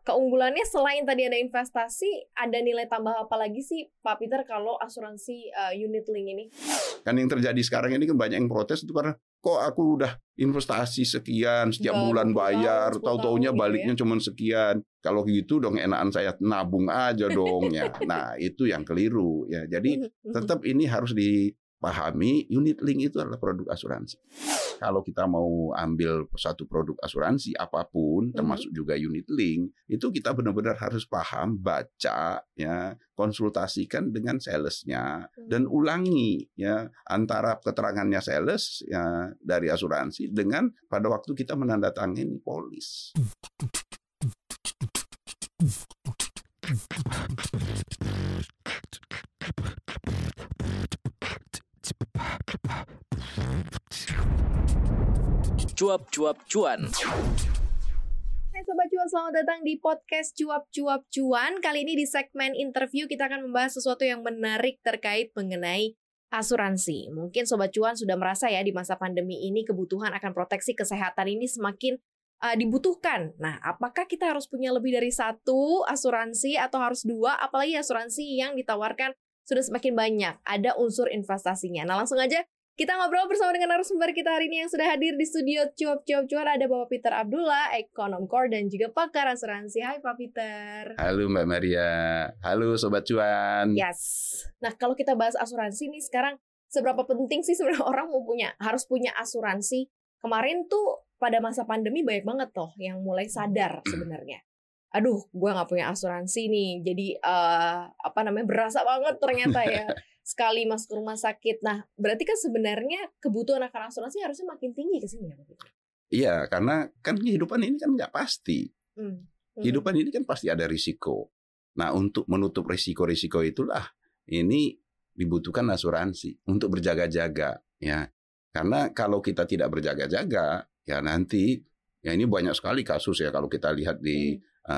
keunggulannya selain tadi ada investasi, ada nilai tambah apa lagi sih Pak Peter kalau asuransi unit link ini? Kan yang terjadi sekarang ini kan banyak yang protes itu karena kok aku udah investasi sekian setiap bulan bayar, tahu-taunya baliknya cuma sekian. Kalau gitu dong enakan saya nabung aja dong ya. Nah, itu yang keliru ya. Jadi tetap ini harus dipahami, unit link itu adalah produk asuransi. Kalau kita mau ambil satu produk asuransi apapun, termasuk juga unit link, itu kita benar-benar harus paham, baca, ya, konsultasikan dengan salesnya dan ulangi ya antara keterangannya sales ya dari asuransi dengan pada waktu kita menandatangani polis. Cuap-cuap cuan. Hai Sobat Cuan, selamat datang di podcast Cuap-cuap cuan. Kali ini di segmen interview kita akan membahas sesuatu yang menarik terkait mengenai asuransi. Mungkin Sobat Cuan sudah merasa ya di masa pandemi ini kebutuhan akan proteksi kesehatan ini semakin dibutuhkan. Nah, apakah kita harus punya lebih dari satu asuransi atau harus dua? Apalagi asuransi yang ditawarkan sudah semakin banyak. Ada unsur investasinya. Nah, langsung aja kita ngobrol bersama dengan narasumber kita hari ini yang sudah hadir di studio Cuap-cuap cuan. Ada Bapak Peter Abdullah, ekonom core dan juga pakar asuransi. Hai Pak Peter. Halo Mbak Maria. Halo Sobat Cuan. Yes. Nah, kalau kita bahas asuransi nih sekarang, seberapa penting sih sebenarnya orang harus punya asuransi? Kemarin tuh pada masa pandemi banyak banget toh yang mulai sadar sebenarnya. Aduh, gue nggak punya asuransi nih. Jadi berasa banget ternyata ya. Sekali masuk ke rumah sakit. Nah, berarti kan sebenarnya kebutuhan akan asuransi harusnya makin tinggi ke sini ya, Pak Peter? Iya, karena kan kehidupan ini kan nggak pasti. Kehidupan ini kan pasti ada risiko. Nah, untuk menutup risiko-risiko itulah ini dibutuhkan asuransi untuk berjaga-jaga, ya. Karena kalau kita tidak berjaga-jaga, ya nanti, ya ini banyak sekali kasus ya kalau kita lihat di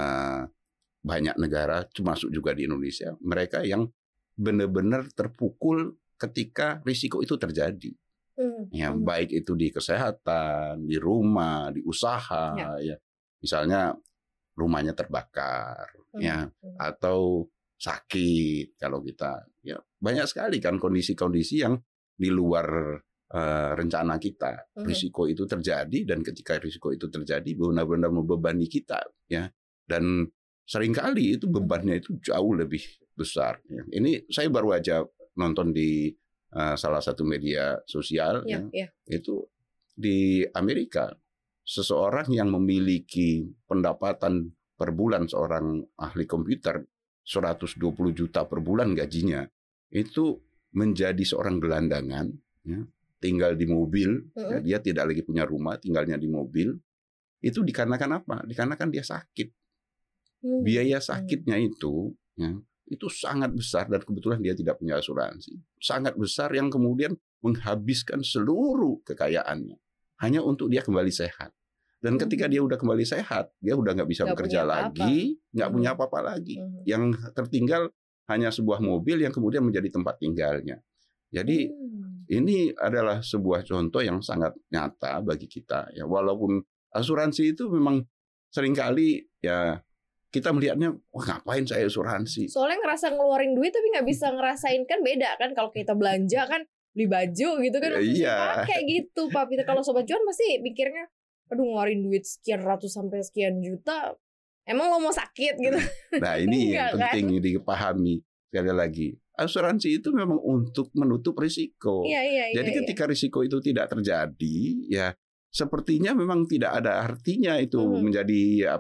banyak negara, termasuk juga di Indonesia, mereka yang benar-benar terpukul ketika risiko itu terjadi. Ya, baik itu di kesehatan, di rumah, di usaha, ya. Misalnya rumahnya terbakar, ya, atau sakit kalau kita, ya banyak sekali kan kondisi-kondisi yang di luar rencana kita. Risiko itu terjadi dan ketika risiko itu terjadi benar-benar membebani kita, ya. Dan seringkali itu bebannya itu jauh lebih besar. Ini saya baru aja nonton di salah satu media sosial, itu di Amerika, seseorang yang memiliki pendapatan per bulan, seorang ahli komputer 120 juta per bulan gajinya, itu menjadi seorang gelandangan, ya, tinggal di mobil, ya, dia tidak lagi punya rumah, tinggalnya di mobil. Itu dikarenakan apa? Dikarenakan dia sakit. Biaya sakitnya itu, ya, itu sangat besar dan kebetulan dia tidak punya asuransi. Sangat besar yang kemudian menghabiskan seluruh kekayaannya hanya untuk dia kembali sehat. Dan ketika dia udah kembali sehat, dia udah nggak bisa bekerja lagi, nggak punya apa-apa lagi. Yang tertinggal hanya sebuah mobil yang kemudian menjadi tempat tinggalnya. Jadi ini adalah sebuah contoh yang sangat nyata bagi kita. Ya, walaupun asuransi itu memang seringkali ya kita melihatnya, wah ngapain saya asuransi? Soalnya ngerasa ngeluarin duit tapi nggak bisa ngerasain, kan beda kan kalau kita belanja kan beli baju gitu kan pakai gitu Pak Peter. Kalau Sobat Cuan pasti pikirnya, aduh ngeluarin duit sekian ratus sampai sekian juta, emang lo mau sakit gitu? Nah ini yang penting dipahami. Sekali lagi, asuransi itu memang untuk menutup risiko. Jadi ketika risiko itu tidak terjadi, ya sepertinya memang tidak ada artinya itu menjadi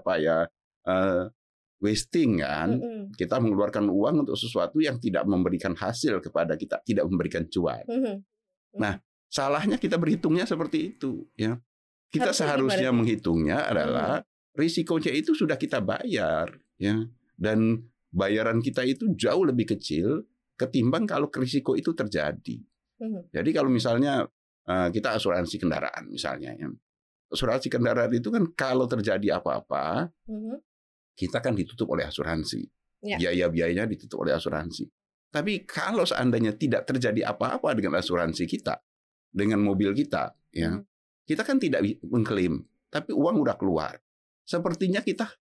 wasting kan. Kita mengeluarkan uang untuk sesuatu yang tidak memberikan hasil kepada kita, tidak memberikan cuan. Nah, salahnya kita berhitungnya seperti itu, ya. Kita seharusnya menghitungnya adalah risikonya itu sudah kita bayar, ya. Dan bayaran kita itu jauh lebih kecil ketimbang kalau risiko itu terjadi. Jadi kalau misalnya kita asuransi kendaraan misalnya, ya. Asuransi kendaraan itu kan kalau terjadi apa-apa, kita kan ditutup oleh asuransi. Biaya-biayanya ditutup oleh asuransi. Tapi kalau seandainya tidak terjadi apa-apa dengan asuransi kita, dengan mobil kita, ya, kita kan tidak mengklaim, tapi uang udah keluar. Sepertinya kita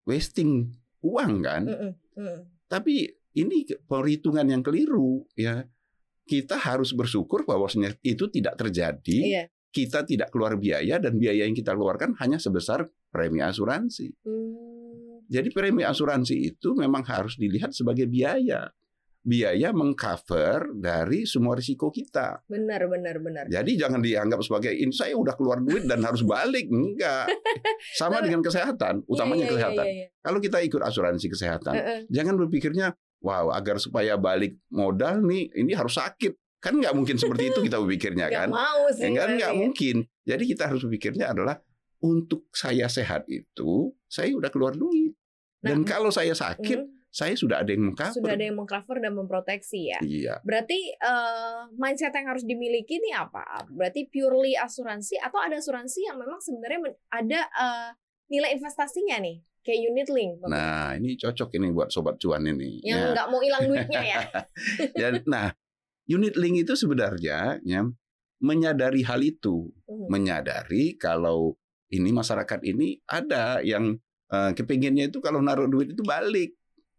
wasting uang kan. Tapi ini perhitungan yang keliru ya. Kita harus bersyukur bahwasanya itu tidak terjadi. Iya. Kita tidak keluar biaya dan biaya yang kita keluarkan hanya sebesar premi asuransi. Jadi premi asuransi itu memang harus dilihat sebagai biaya. Biaya mengcover dari semua risiko kita. Benar. Jadi jangan dianggap sebagai ini saya udah keluar duit dan harus balik. Enggak. Sama dengan kesehatan, utamanya kesehatan. Kalau kita ikut asuransi kesehatan, jangan berpikirnya, wow, agar supaya balik modal nih, ini harus sakit. Kan nggak mungkin seperti itu kita berpikirnya kan. Nggak mau sih. Nggak mungkin. Jadi kita harus berpikirnya adalah, untuk saya sehat itu, saya udah keluar duit. Dan kalau saya sakit, saya sudah ada yang mengcover. Sudah ada yang mengcover dan memproteksi ya. Iya. Berarti mindset yang harus dimiliki ini apa? Berarti purely asuransi atau ada asuransi yang memang sebenarnya ada nilai investasinya nih, kayak unit link. Nah, ini cocok ini buat sobat cuan ini. Yang nggak mau hilang duitnya ya. Nah, unit link itu sebenarnya ya, menyadari hal itu, menyadari kalau ini masyarakat ini ada yang kepinginnya itu kalau naruh duit itu balik.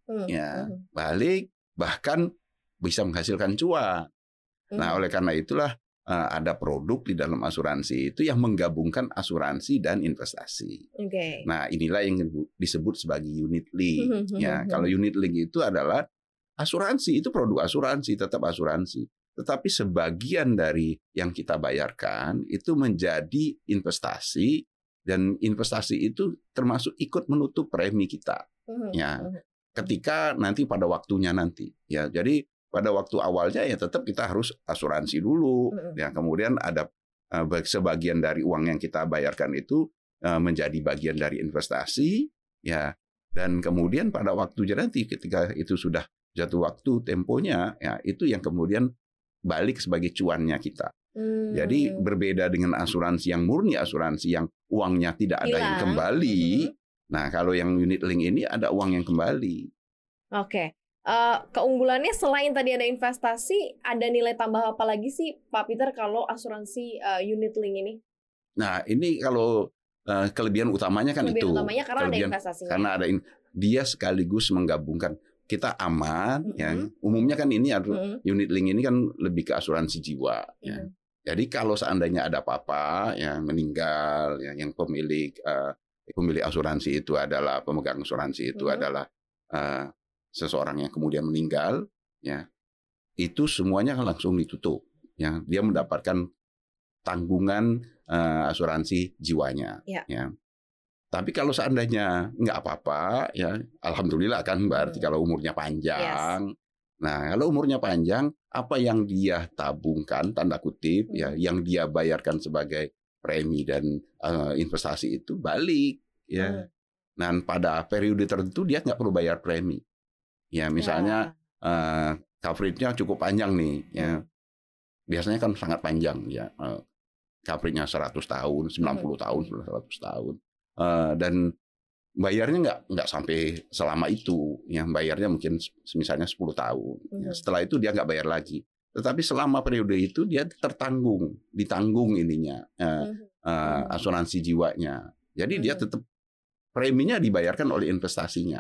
Balik, bahkan bisa menghasilkan cuan. Nah, oleh karena itulah ada produk di dalam asuransi itu yang menggabungkan asuransi dan investasi. Nah, inilah yang disebut sebagai unit link. Kalau unit link itu adalah asuransi, itu produk asuransi, tetap asuransi. Tetapi sebagian dari yang kita bayarkan itu menjadi investasi, dan investasi itu termasuk ikut menutup premi kita. Ketika nanti pada waktunya nanti ya, jadi pada waktu awalnya ya tetap kita harus asuransi dulu ya, kemudian ada sebagian dari uang yang kita bayarkan itu menjadi bagian dari investasi ya, dan kemudian pada waktunya nanti ketika itu sudah jatuh waktu temponya ya, itu yang kemudian balik sebagai cuannya kita. Jadi berbeda dengan asuransi yang murni, asuransi yang uangnya tidak ada yang kembali. Nah, kalau yang unit link ini ada uang yang kembali. Oke. Keunggulannya selain tadi ada investasi, ada nilai tambah apa lagi sih Pak Peter kalau asuransi unit link ini? Nah, ini kalau kelebihan utamanya kan itu. Kelebihan utamanya karena ada investasinya. Karena ada dia sekaligus menggabungkan, kita aman ya. Umumnya kan ini unit link ini kan lebih ke asuransi jiwa ya. Jadi kalau seandainya ada apa-apa yang meninggal ya, yang pemilik asuransi itu adalah pemegang asuransi itu adalah seseorang yang kemudian meninggal ya, itu semuanya langsung ditutup ya, dia mendapatkan tanggungan asuransi jiwanya ya. Tapi kalau seandainya nggak apa-apa ya, alhamdulillah kan, berarti kalau umurnya panjang. Nah, kalau umurnya panjang, apa yang dia tabungkan tanda kutip ya, yang dia bayarkan sebagai premi dan investasi itu balik ya. Dan pada periode tertentu dia nggak perlu bayar premi. Ya, misalnya coverage-nya cukup panjang nih ya. Biasanya kan sangat panjang ya. Coverage-nya 100 tahun, 90 tahun, 100 tahun. Dan bayarnya nggak sampai selama itu ya, bayarnya mungkin misalnya 10 tahun ya. Setelah itu dia nggak bayar lagi. Tetapi selama periode itu dia ditanggung ininya asuransi jiwanya. Jadi dia tetap preminya dibayarkan oleh investasinya.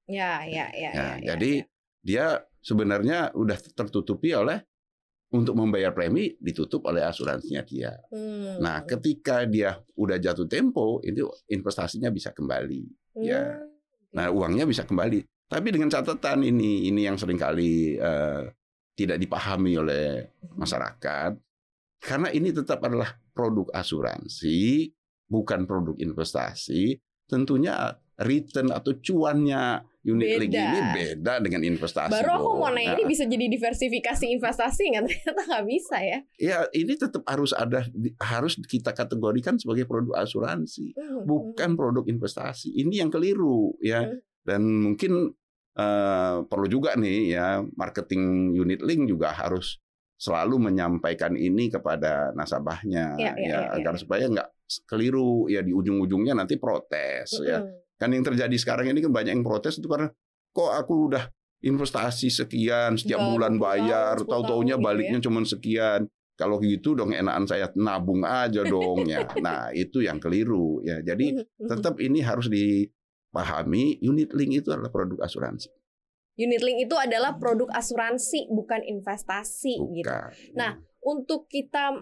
Jadi dia sebenarnya udah tertutupi oleh, untuk membayar premi ditutup oleh asuransinya dia. Nah, ketika dia udah jatuh tempo, itu investasinya bisa kembali ya. Nah, uangnya bisa kembali. Tapi dengan catatan ini yang seringkali tidak dipahami oleh masyarakat, karena ini tetap adalah produk asuransi, bukan produk investasi. Tentunya return atau cuannya unit link ini beda dengan investasi. Baru aku mau nanya, ini bisa jadi diversifikasi investasi nggak? Ternyata nggak bisa ya. Ya, ini tetap harus kita kategorikan sebagai produk asuransi, bukan produk investasi. Ini yang keliru ya. Dan mungkin perlu juga nih ya, marketing unit link juga harus selalu menyampaikan ini kepada nasabahnya agar supaya nggak keliru ya, di ujung-ujungnya nanti protes ya. Kan yang terjadi sekarang ini kan banyak yang protes itu karena kok aku udah investasi sekian setiap bulan bayar, tahu-taunya baliknya cuma sekian. Kalau gitu dong enakan saya nabung aja dong ya. Nah, itu yang keliru ya. Jadi tetap ini harus pahami unit link itu adalah produk asuransi. Unit link itu adalah produk asuransi, bukan investasi. Bukan. Gitu. Nah, untuk kita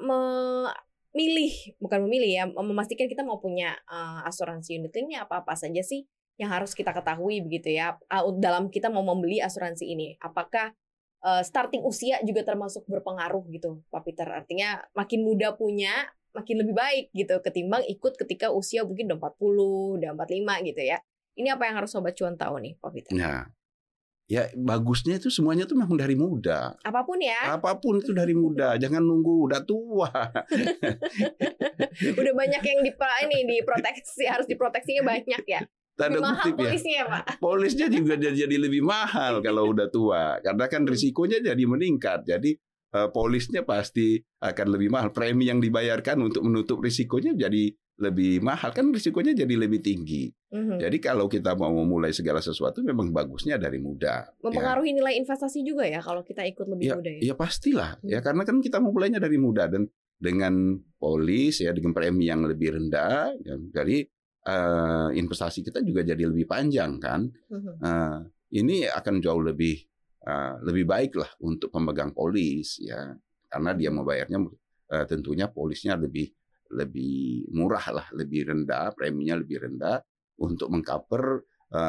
memastikan kita mau punya asuransi unit linknya apa-apa saja sih yang harus kita ketahui begitu ya dalam kita mau membeli asuransi ini. Apakah starting usia juga termasuk berpengaruh gitu, Pak Peter? Artinya makin muda punya, makin lebih baik gitu ketimbang ikut ketika usia mungkin udah 40, udah 45 gitu ya. Ini apa yang harus Sobat Cuan tahu nih, Pak Peter? Nah, ya bagusnya itu semuanya tuh memang dari muda. Apapun ya. Apapun itu dari muda, jangan nunggu udah tua. Udah banyak yang diproteksi, harus diproteksinya banyak ya. Lebih mahal polisnya ya, Pak. Polisnya juga jadi lebih mahal kalau udah tua, karena kan risikonya jadi meningkat. Jadi polisnya pasti akan lebih mahal. Premi yang dibayarkan untuk menutup risikonya jadi lebih mahal, kan risikonya jadi lebih tinggi. Jadi kalau kita mau memulai segala sesuatu memang bagusnya dari muda. Mempengaruhi nilai investasi juga ya kalau kita ikut lebih muda ya? Ya pastilah, ya karena kan kita memulainya dari muda dan dengan polis ya dengan premi yang lebih rendah, ya, jadi investasi kita juga jadi lebih panjang kan. Ini akan jauh lebih baik lah untuk pemegang polis ya, karena dia membayarnya tentunya polisnya lebih murah lah, lebih rendah, preminya lebih rendah untuk mengcover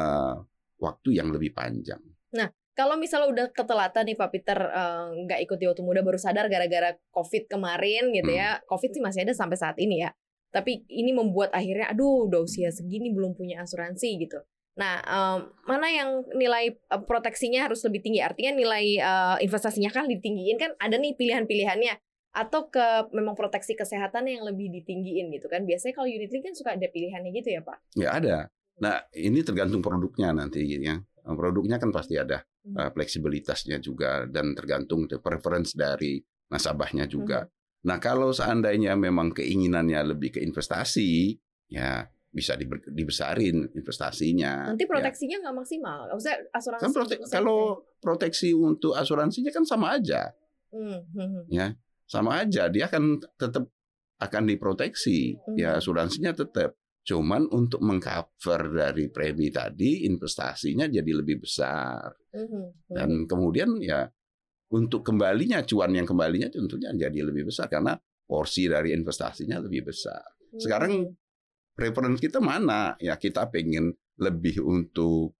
waktu yang lebih panjang. Nah, kalau misalnya udah ketelatan nih Pak Peter, nggak ikut di waktu muda, baru sadar gara-gara COVID kemarin gitu ya. COVID sih masih ada sampai saat ini ya. Tapi ini membuat akhirnya, aduh udah usia segini belum punya asuransi gitu. Nah, mana yang nilai proteksinya harus lebih tinggi? Artinya nilai investasinya kan ditinggiin, kan ada nih pilihan-pilihannya. Atau memang proteksi kesehatan yang lebih ditinggiin gitu kan. Biasanya kalau unit link kan suka ada pilihannya gitu ya Pak? Ya ada. Nah ini tergantung produknya nanti ya. Produknya kan pasti ada fleksibilitasnya juga dan tergantung preference dari nasabahnya juga. Nah kalau seandainya memang keinginannya lebih ke investasi, ya bisa dibesarin investasinya. Nanti proteksinya nggak maksimal. Maksudnya asuransi kan kalau proteksi untuk asuransinya kan sama aja. Ya. Sama aja, dia tetap akan diproteksi, ya asuransinya tetap. Cuman untuk mengcover dari premi tadi, investasinya jadi lebih besar. Dan kemudian ya untuk cuan yang kembalinya tentunya jadi lebih besar karena porsi dari investasinya lebih besar. Sekarang preferensi kita mana? Ya kita pengen lebih untuk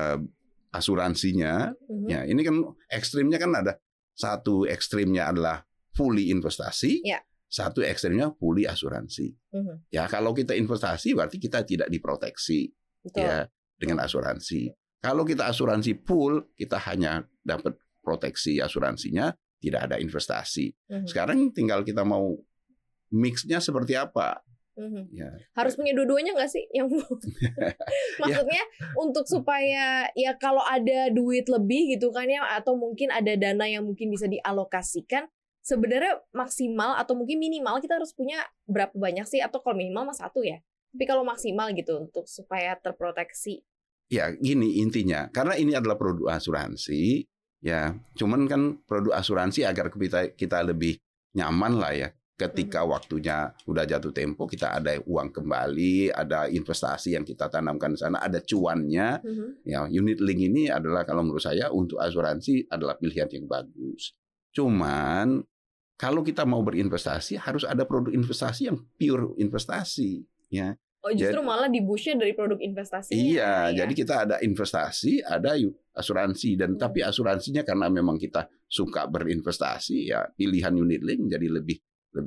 asuransinya. Ya ini kan ekstrimnya kan ada. Satu ekstrimnya adalah fully investasi, satu ekstrimnya fully asuransi. Ya kalau kita investasi berarti kita tidak diproteksi. Betul. Ya dengan asuransi. Kalau kita asuransi full, kita hanya dapat proteksi asuransinya, tidak ada investasi. Sekarang tinggal kita mau mixnya seperti apa. Ya. Harus punya dua-duanya nggak sih? Yang maksudnya untuk supaya ya kalau ada duit lebih gitu kan ya, atau mungkin ada dana yang mungkin bisa dialokasikan. Sebenarnya maksimal atau mungkin minimal kita harus punya berapa banyak sih? Atau kalau minimal mah 1 ya. Tapi kalau maksimal gitu untuk supaya terproteksi. Ya gini intinya, karena ini adalah produk asuransi, ya cuman kan produk asuransi agar kita lebih nyaman lah ya. Ketika waktunya udah jatuh tempo, kita ada uang kembali, ada investasi yang kita tanamkan di sana, ada cuannya. Ya unit link ini adalah kalau menurut saya untuk asuransi adalah pilihan yang bagus. Cuman kalau kita mau berinvestasi harus ada produk investasi yang pure investasi, ya. Oh justru malah di-push-nya dari produk investasinya. Iya, jadi kita ada investasi, ada asuransi dan tapi asuransinya karena memang kita suka berinvestasi, ya pilihan unit link jadi lebih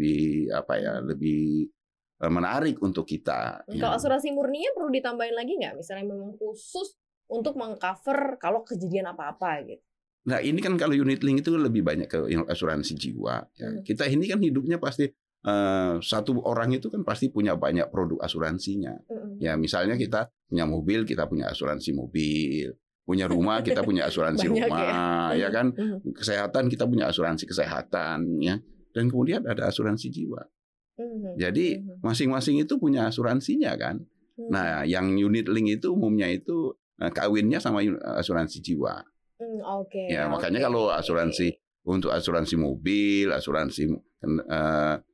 menarik untuk kita. Kalau asuransi murninya perlu ditambahin lagi nggak? Misalnya memang khusus untuk mengcover kalau kejadian apa-apa gitu. Nah ini kan kalau unit link itu lebih banyak ke asuransi jiwa. Ya. Kita ini kan hidupnya pasti satu orang itu kan pasti punya banyak produk asuransinya. Ya misalnya kita punya mobil, kita punya asuransi mobil. Punya rumah, kita punya asuransi rumah. Ya kan. Kesehatan, kita punya asuransi kesehatan. Ya. Dan kemudian ada asuransi jiwa. Jadi masing-masing itu punya asuransinya kan. Nah yang unit link itu umumnya itu kawinnya sama asuransi jiwa. Ya makanya kalau untuk asuransi mobil, asuransi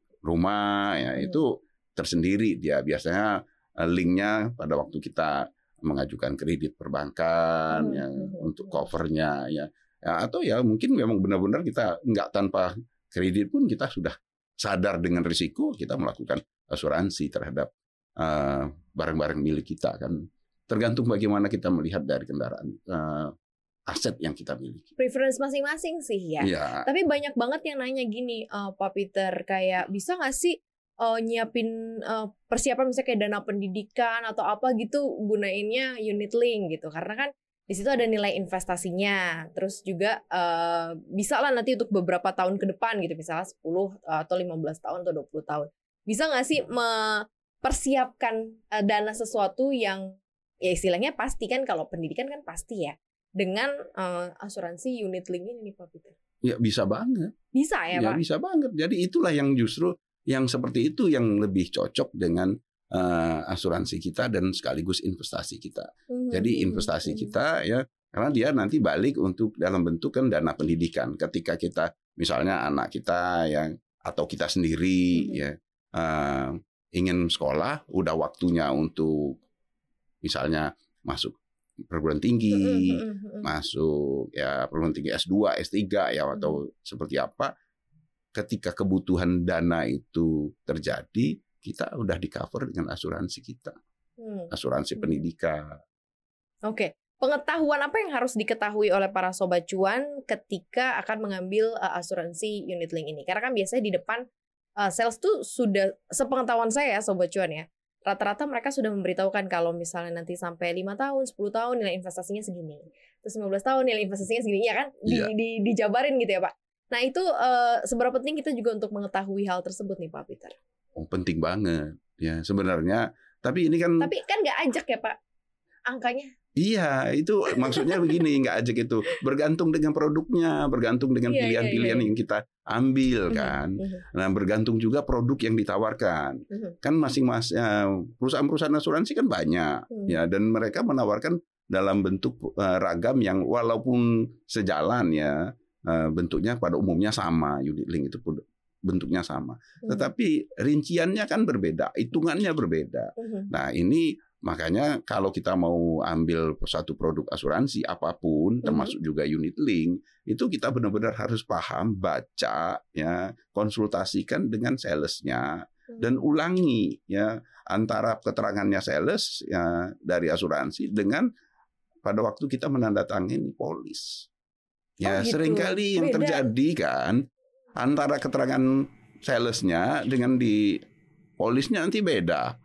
rumah, ya itu tersendiri dia biasanya linknya pada waktu kita mengajukan kredit perbankan ya untuk covernya ya, atau ya mungkin memang benar-benar kita nggak tanpa kredit pun kita sudah sadar dengan risiko, kita melakukan asuransi terhadap barang-barang milik kita kan. Tergantung bagaimana kita melihat dari kendaraan aset yang kita miliki. Preference masing-masing sih ya. Tapi banyak banget yang nanya gini, Pak Peter, kayak bisa nggak sih nyiapin persiapan misalnya kayak dana pendidikan atau apa gitu gunainnya unit link gitu, karena kan di situ ada nilai investasinya, terus juga bisa lah nanti untuk beberapa tahun ke depan gitu, misalnya 10 atau 15 tahun atau 20 tahun. Bisa nggak sih mempersiapkan dana sesuatu yang ya istilahnya pasti kan, kalau pendidikan kan pasti ya, dengan asuransi unit link ini nih Pak Peter? Ya bisa banget. Bisa ya Pak? Bisa banget. Jadi itulah yang justru yang seperti itu yang lebih cocok dengan asuransi kita dan sekaligus investasi kita. Jadi investasi kita ya, karena dia nanti balik untuk dalam bentuk kan dana pendidikan. Ketika kita misalnya anak kita yang atau kita sendiri ya ingin sekolah, udah waktunya untuk misalnya masuk perguruan tinggi, masuk ya perguruan tinggi S2, S3 ya atau seperti apa. Ketika kebutuhan dana itu terjadi, kita udah di-cover dengan asuransi kita. Asuransi pendidikan. Oke. Pengetahuan apa yang harus diketahui oleh para Sobat Cuan ketika akan mengambil asuransi unit link ini? Karena kan biasanya di depan sales tuh sudah, sepengetahuan saya ya Sobat Cuan ya, rata-rata mereka sudah memberitahukan kalau misalnya nanti sampai 5 tahun, 10 tahun nilai investasinya segini. Terus 15 tahun nilai investasinya segini, ya kan? Dijabarin gitu ya Pak. Nah itu seberapa penting kita juga untuk mengetahui hal tersebut nih Pak Peter? Penting banget ya sebenarnya. Tapi kan nggak ajak ya Pak angkanya? Iya, itu maksudnya begini, nggak ajak itu. Bergantung dengan produknya, bergantung dengan pilihan-pilihan yang kita ambil kan. Nah, bergantung juga produk yang ditawarkan. Kan masing-masing perusahaan-perusahaan asuransi kan banyak ya, dan mereka menawarkan dalam bentuk ragam yang walaupun sejalan ya, bentuknya pada umumnya sama, unit link itu pun bentuknya sama. Tetapi rinciannya kan berbeda, hitungannya berbeda. Nah, ini makanya kalau kita mau ambil satu produk asuransi apapun, termasuk juga unit link, itu kita benar-benar harus paham, baca, ya, konsultasikan dengan salesnya, dan ulangi ya antara keterangannya sales ya dari asuransi dengan pada waktu kita menandatangani polis. Ya, gitu. Seringkali yang terjadi kan antara keterangan salesnya dengan di polisnya nanti beda.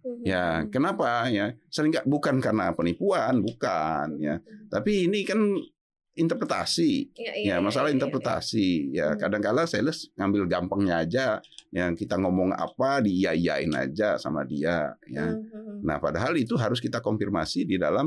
Ya, kenapa ya? Bukan karena penipuan, bukan ya. Tapi ini kan interpretasi. Masalah interpretasi. Ya, kadang-kala sales ngambil gampangnya aja. Yang kita ngomong apa diiyain aja sama dia ya. Nah, padahal itu harus kita konfirmasi di dalam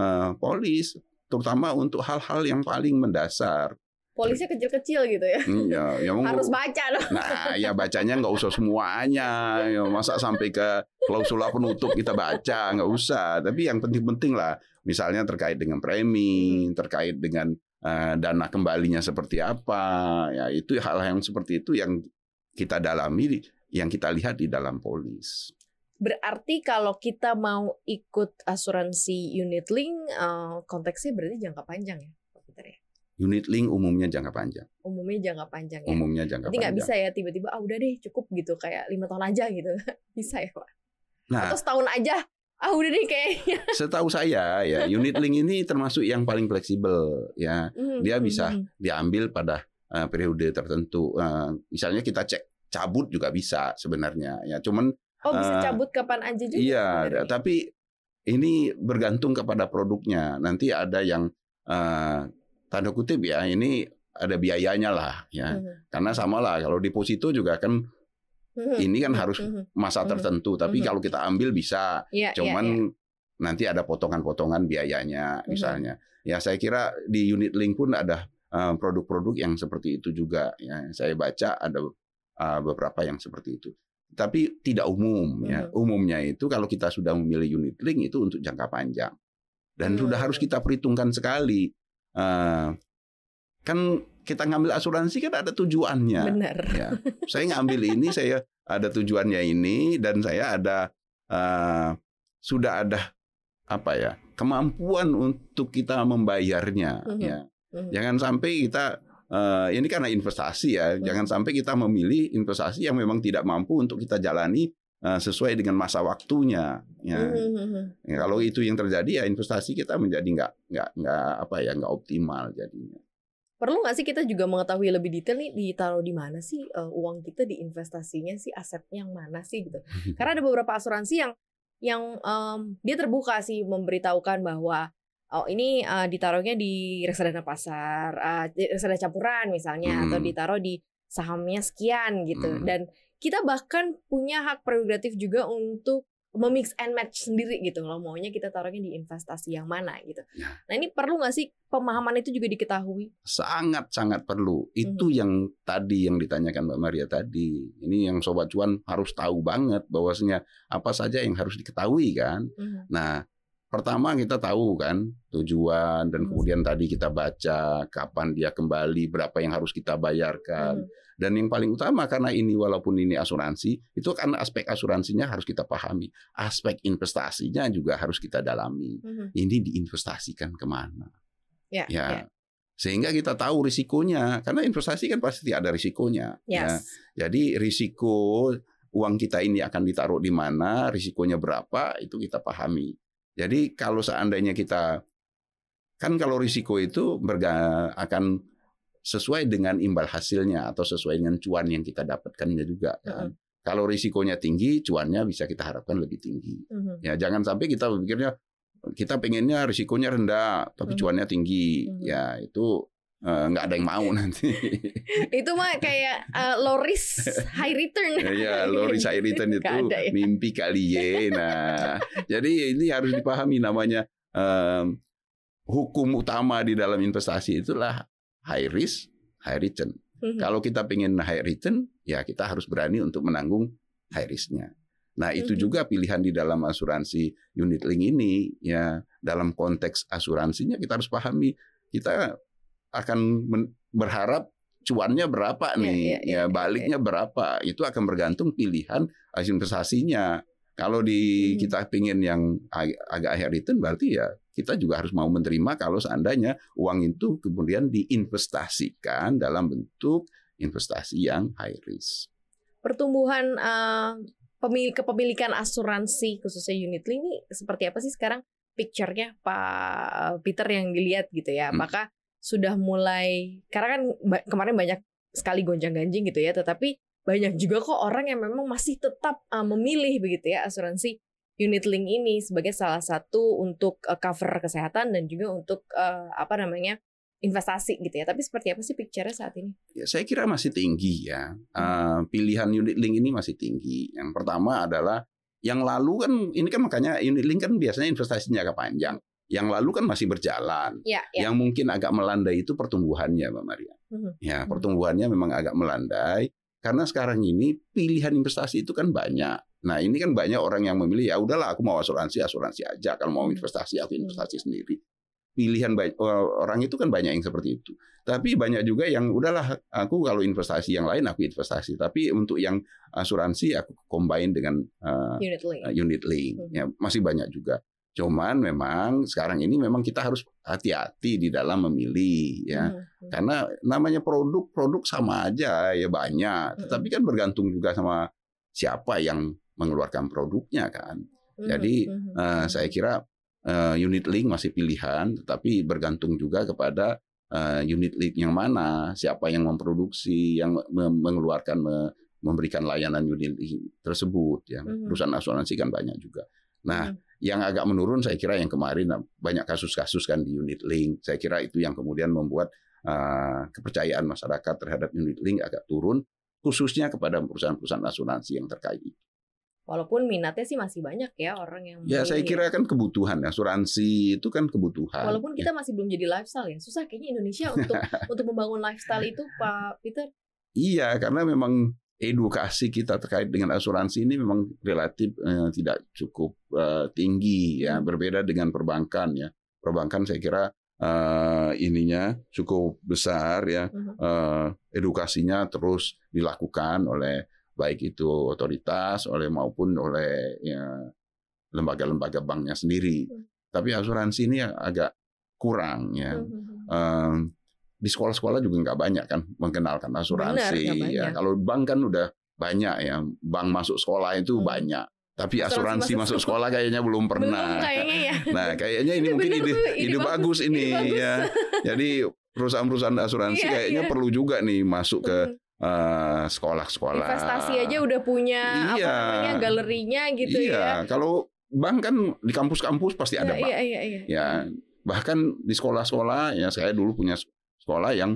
polis, terutama untuk hal-hal yang paling mendasar. Polisnya kecil-kecil gitu ya. Harus baca loh. Nah, ya bacanya nggak usah semuanya. Ya, masa sampai ke klausula penutup kita baca, nggak usah. Tapi yang penting-penting lah, misalnya terkait dengan premi, terkait dengan dana kembalinya seperti apa. Ya, itu hal-hal yang seperti itu yang kita dalami, yang kita lihat di dalam polis. Berarti kalau kita mau ikut asuransi unit link, konteksnya berarti jangka panjang ya, Pak Peter ya? Unit link umumnya jangka panjang. Umumnya jangka panjang ya? Umumnya jangka panjang. Jadi nggak bisa ya tiba-tiba, udah deh cukup gitu, kayak 5 tahun aja gitu. Bisa ya Pak? Atau setahun aja, udah deh kayaknya. Setahu saya ya, unit link ini termasuk yang paling fleksibel ya. Dia bisa diambil pada periode tertentu. Misalnya kita cek cabut juga bisa sebenarnya ya. Cuman bisa cabut kapan aja juga. Iya, tapi ini bergantung kepada produknya. Nanti ada yang tanda kutip ya, ini ada biayanya lah ya. Karena sama lah kalau deposito juga kan ini kan harus masa tertentu, tapi kalau kita ambil bisa. Cuman nanti ada potongan-potongan biayanya misalnya. Ya, saya kira di unit link pun ada produk-produk yang seperti itu juga ya. Saya baca ada beberapa yang seperti itu. Tapi tidak umum ya. Umumnya itu kalau kita sudah memilih unit link itu untuk jangka panjang. Dan sudah harus kita perhitungkan sekali. Kan kita ngambil asuransi kan ada tujuannya. Benar. Ya. Saya ngambil ini, saya ada tujuannya ini, dan saya ada sudah ada kemampuan untuk kita membayarnya. Ya. Jangan sampai kita ini karena investasi ya, jangan sampai kita memilih investasi yang memang tidak mampu untuk kita jalani sesuai dengan masa waktunya. Ya. Ya, kalau itu yang terjadi ya investasi kita menjadi nggak optimal jadinya. Perlu nggak sih kita juga mengetahui lebih detail nih ditaruh di mana sih uang kita, di investasinya sih, asetnya yang mana sih gitu. Karena ada beberapa asuransi yang dia terbuka sih memberitahukan bahwa ini ditaruhnya di reksadana pasar, reksadana campuran misalnya, atau ditaruh di sahamnya sekian gitu. Dan kita bahkan punya hak prerogatif juga untuk memix and match sendiri gitu loh, maunya kita taruhnya di investasi yang mana gitu. Nah ini perlu nggak sih pemahaman itu juga diketahui? Sangat perlu. Itu yang tadi yang ditanyakan Mbak Maria tadi. Ini yang Sobat Cuan harus tahu banget bahwasanya apa saja yang harus diketahui kan. Nah pertama kita tahu kan tujuan dan kemudian tadi kita baca kapan dia kembali, berapa yang harus kita bayarkan. Dan yang paling utama karena ini walaupun ini asuransi, itu kan aspek asuransinya harus kita pahami. Aspek investasinya juga harus kita dalami. Ini diinvestasikan kemana? Ya. Sehingga kita tahu risikonya. Karena investasi kan pasti ada risikonya. Ya. Jadi risiko uang kita ini akan ditaruh di mana, risikonya berapa, itu kita pahami. Jadi kalau seandainya kita, kan kalau risiko itu akan sesuai dengan imbal hasilnya atau sesuai dengan cuan yang kita dapatkannya juga kan. Kalau risikonya tinggi, cuannya bisa kita harapkan lebih tinggi. Ya jangan sampai kita pikirnya kita pengennya risikonya rendah tapi cuannya tinggi. Ya itu nggak ada yang mau nanti. Itu mah kayak low risk high return. Ya low risk high return itu ya. Mimpi kali ya. Nah jadi ini harus dipahami namanya hukum utama di dalam investasi itulah high risk, high return. Kalau kita pengen high return, ya kita harus berani untuk menanggung high risk-nya. Nah, itu juga pilihan di dalam asuransi unit link ini. Ya, dalam konteks asuransinya kita harus pahami, kita akan berharap cuannya berapa nih, baliknya berapa. Itu akan bergantung pilihan investasinya. Kalau kita pengen yang agak high return, berarti ya kita juga harus mau menerima kalau seandainya uang itu kemudian diinvestasikan dalam bentuk investasi yang high risk. Pertumbuhan kepemilikan asuransi khususnya unit link ini seperti apa sih sekarang picture-nya Pak Peter yang dilihat gitu ya? Apakah sudah mulai, karena kan kemarin banyak sekali gonjang-ganjing gitu ya, tetapi banyak juga kok orang yang memang masih tetap memilih begitu ya asuransi unit link ini sebagai salah satu untuk cover kesehatan dan juga untuk investasi gitu ya. Tapi seperti apa sih picture-nya saat ini? Ya, saya kira masih tinggi ya. Pilihan unit link ini masih tinggi. Yang pertama adalah yang lalu kan ini kan makanya unit link kan biasanya investasinya agak panjang. Yang lalu kan masih berjalan. Yang mungkin agak melandai itu pertumbuhannya, Mbak Maria. Ya, pertumbuhannya memang agak melandai karena sekarang ini pilihan investasi itu kan banyak. Nah, ini kan banyak orang yang memilih, ya udahlah aku mau asuransi aja. Kalau mau investasi, aku investasi sendiri. Pilihan orang itu kan banyak yang seperti itu. Tapi banyak juga yang udahlah aku kalau investasi yang lain aku investasi. Tapi untuk yang asuransi aku combine dengan unit link. Ya, masih banyak juga. Cuman memang sekarang ini memang kita harus hati-hati di dalam memilih ya. Karena namanya produk sama aja ya banyak. Tetapi kan bergantung juga sama siapa yang mengeluarkan produknya kan. Jadi saya kira unit link masih pilihan, tetapi bergantung juga kepada unit link yang mana, siapa yang memproduksi, yang mengeluarkan, memberikan layanan unit link tersebut. Ya. Perusahaan asuransi kan banyak juga. Nah, yang agak menurun saya kira yang kemarin banyak kasus-kasus kan di unit link. Saya kira itu yang kemudian membuat kepercayaan masyarakat terhadap unit link agak turun, khususnya kepada perusahaan-perusahaan asuransi yang terkait. Walaupun minatnya sih masih banyak ya orang yang ya saya kira kan kebutuhan asuransi itu kan kebutuhan. Walaupun kita masih belum jadi lifestyle ya, susah kayaknya Indonesia untuk membangun lifestyle itu, Pak Peter. Iya, karena memang edukasi kita terkait dengan asuransi ini memang relatif tidak cukup tinggi ya, berbeda dengan perbankan ya. Perbankan saya kira ininya cukup besar ya, edukasinya terus dilakukan oleh baik itu otoritas maupun oleh ya, lembaga-lembaga banknya sendiri. Tapi asuransi ini agak kurang ya. Di sekolah-sekolah juga nggak banyak kan mengenalkan asuransi. Benar, ya. Kalau bank kan udah banyak ya. Bank masuk sekolah itu banyak. Tapi asuransi masuk sekolah kayaknya belum pernah. Belum kayaknya ya. Nah, kayaknya ini mungkin ide bagus ini ya. Jadi perusahaan-perusahaan asuransi kayaknya perlu juga nih masuk ke sekolah-sekolah. Investasi aja udah punya apa namanya galerinya gitu ya. Kalau bank kan di kampus-kampus pasti ada bank. Iya. Ya, bahkan di sekolah-sekolah ya saya dulu punya sekolah yang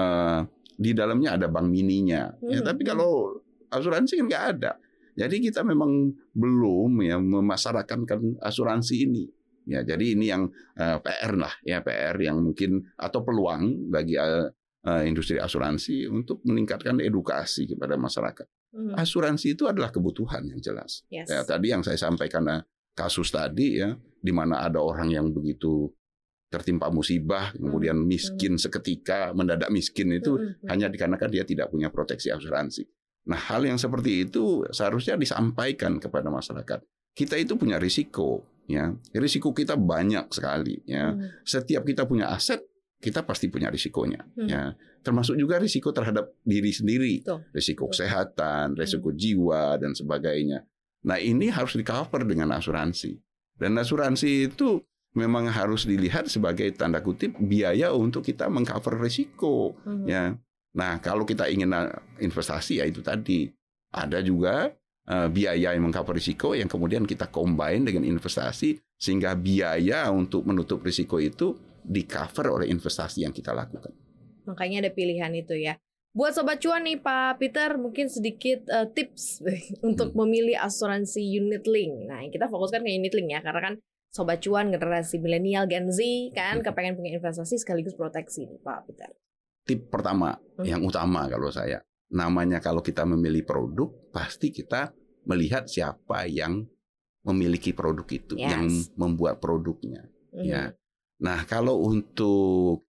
di dalamnya ada bank mininya. Ya, tapi kalau asuransi kan nggak ada. Jadi kita memang belum ya memasyarakatkan asuransi ini. Ya, jadi ini yang PR lah ya, PR yang mungkin atau peluang bagi industri asuransi untuk meningkatkan edukasi kepada masyarakat. Asuransi itu adalah kebutuhan yang jelas. Yes. Ya, tadi yang saya sampaikan kasus tadi ya, di mana ada orang yang begitu tertimpa musibah, kemudian miskin seketika, mendadak miskin itu hanya dikarenakan dia tidak punya proteksi asuransi. Nah, hal yang seperti itu seharusnya disampaikan kepada masyarakat. Kita itu punya risiko, ya. Risiko kita banyak sekali, ya. Setiap kita punya aset, kita pasti punya risikonya, ya. Termasuk juga risiko terhadap diri sendiri, risiko kesehatan, risiko jiwa dan sebagainya. Nah, ini harus di-cover dengan asuransi. Dan asuransi itu memang harus dilihat sebagai tanda kutip biaya untuk kita mengcover risiko, ya. Nah, kalau kita ingin investasi ya itu tadi ada juga biaya yang mengcover risiko yang kemudian kita combine dengan investasi sehingga biaya untuk menutup risiko itu di-cover oleh investasi yang kita lakukan. Makanya ada pilihan itu ya. Buat Sobat Cuan nih Pak Peter, mungkin sedikit tips untuk memilih asuransi unit link. Nah, kita fokuskan ke unit link ya, karena kan Sobat Cuan generasi milenial Gen Z kan kepengen punya investasi sekaligus proteksi nih Pak Peter. Tip pertama, yang utama kalau saya, namanya kalau kita memilih produk, pasti kita melihat siapa yang memiliki produk itu, yang membuat produknya. Ya. Nah, kalau untuk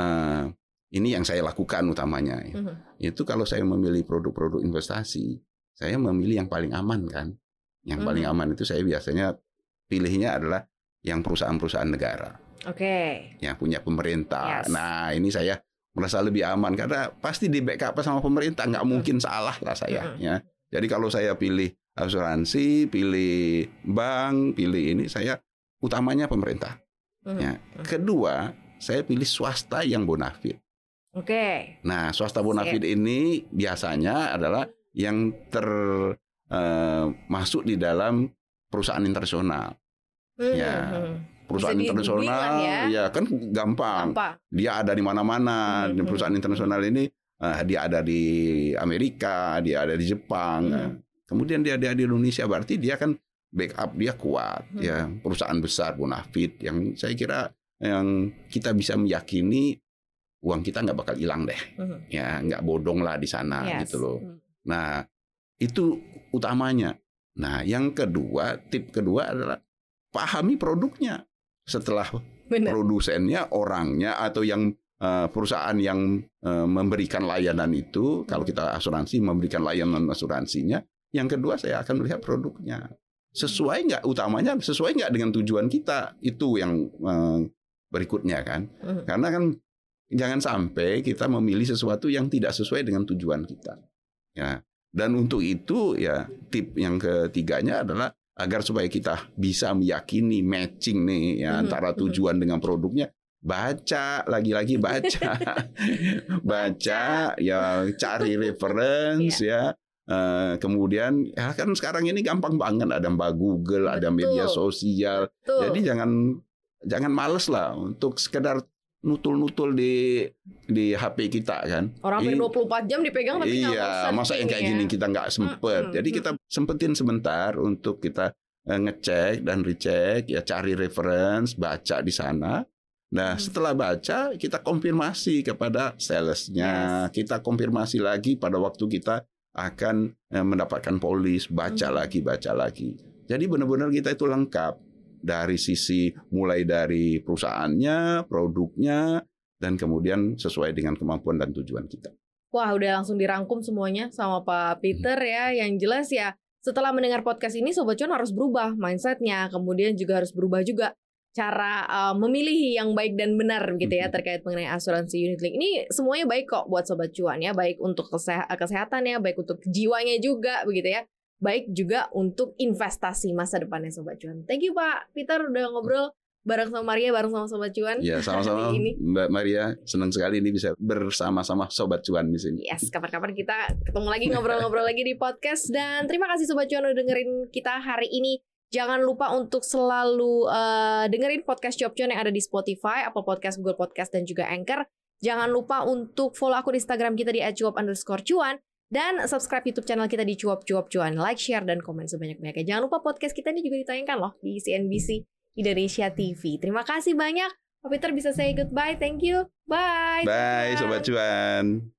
ini yang saya lakukan utamanya, itu kalau saya memilih produk-produk investasi, saya memilih yang paling aman kan. Yang paling aman itu saya biasanya pilihnya adalah yang perusahaan-perusahaan negara. Yang punya pemerintah. Nah, ini saya merasa lebih aman karena pasti di backup sama pemerintah, nggak mungkin salah lah saya. Ya. Jadi kalau saya pilih asuransi, pilih bank, pilih ini, saya utamanya pemerintah. Ya. Kedua, saya pilih swasta yang bonafide. Nah, swasta bonafide ini biasanya adalah yang termasuk di dalam perusahaan internasional. Ya. Perusahaan internasional ya kan gampang. Dia ada di mana-mana. Perusahaan internasional ini dia ada di Amerika, dia ada di Jepang. Kemudian dia ada di Indonesia, berarti dia kan backup dia kuat ya. Perusahaan besar bonafide yang saya kira yang kita bisa meyakini uang kita nggak bakal hilang deh. Ya, nggak bodong lah di sana gitu loh. Nah, itu utamanya. Nah, yang kedua, tip kedua adalah pahami produknya. Setelah produsennya, orangnya, atau yang perusahaan yang memberikan layanan itu, kalau kita asuransi memberikan layanan asuransinya, yang kedua saya akan melihat produknya. Sesuai nggak, utamanya sesuai nggak dengan tujuan kita, itu yang berikutnya kan. Karena kan jangan sampai kita memilih sesuatu yang tidak sesuai dengan tujuan kita. Ya. Dan untuk itu ya tip yang ketiganya adalah agar supaya kita bisa meyakini matching nih ya antara tujuan dengan produknya, baca lagi-lagi baca ya, cari reference ya. Kemudian ya kan sekarang ini gampang banget, ada Mbak Google, ada media sosial. Jadi jangan males lah untuk sekedar nutul-nutul di HP kita kan. Orang 24 jam dipegang tapi nggak masa yang kayak gini kita nggak sempet. Jadi kita sempetin sebentar untuk kita ngecek dan recheck ya, cari reference, baca di sana. Nah, setelah baca kita konfirmasi kepada salesnya, kita konfirmasi lagi pada waktu kita akan mendapatkan polis, baca lagi. Jadi benar-benar kita itu lengkap. Dari sisi mulai dari perusahaannya, produknya, dan kemudian sesuai dengan kemampuan dan tujuan kita. Wah, udah langsung dirangkum semuanya sama Pak Peter ya. Yang jelas ya, setelah mendengar podcast ini, Sobat Cuan harus berubah mindsetnya. Kemudian juga harus berubah juga cara memilih yang baik dan benar gitu ya terkait mengenai asuransi unit link. Ini semuanya baik kok buat Sobat Cuan ya, baik untuk kesehatannya, baik untuk jiwanya juga begitu ya, baik juga untuk investasi masa depannya Sobat Cuan. Thank you Pak Peter udah ngobrol bareng sama Maria, bareng sama Sobat Cuan. Ya, sama-sama Mbak Maria, senang sekali ini bisa bersama-sama Sobat Cuan di sini. Yes, kapan-kapan kita ketemu lagi ngobrol-ngobrol lagi di podcast. Dan terima kasih Sobat Cuan udah dengerin kita hari ini. Jangan lupa untuk selalu dengerin podcast Cuap Cuan yang ada di Spotify, Apple Podcast, Google Podcast, dan juga Anchor. Jangan lupa untuk follow akun Instagram kita di @cuap_cuan. Dan subscribe YouTube channel kita di Cuap Cuan. Like, share, dan komen sebanyak-banyaknya. Jangan lupa podcast kita ini juga ditayangkan loh di CNBC Indonesia TV. Terima kasih banyak. Pak Peter bisa say goodbye. Thank you. Bye. Bye Sobat Cuan.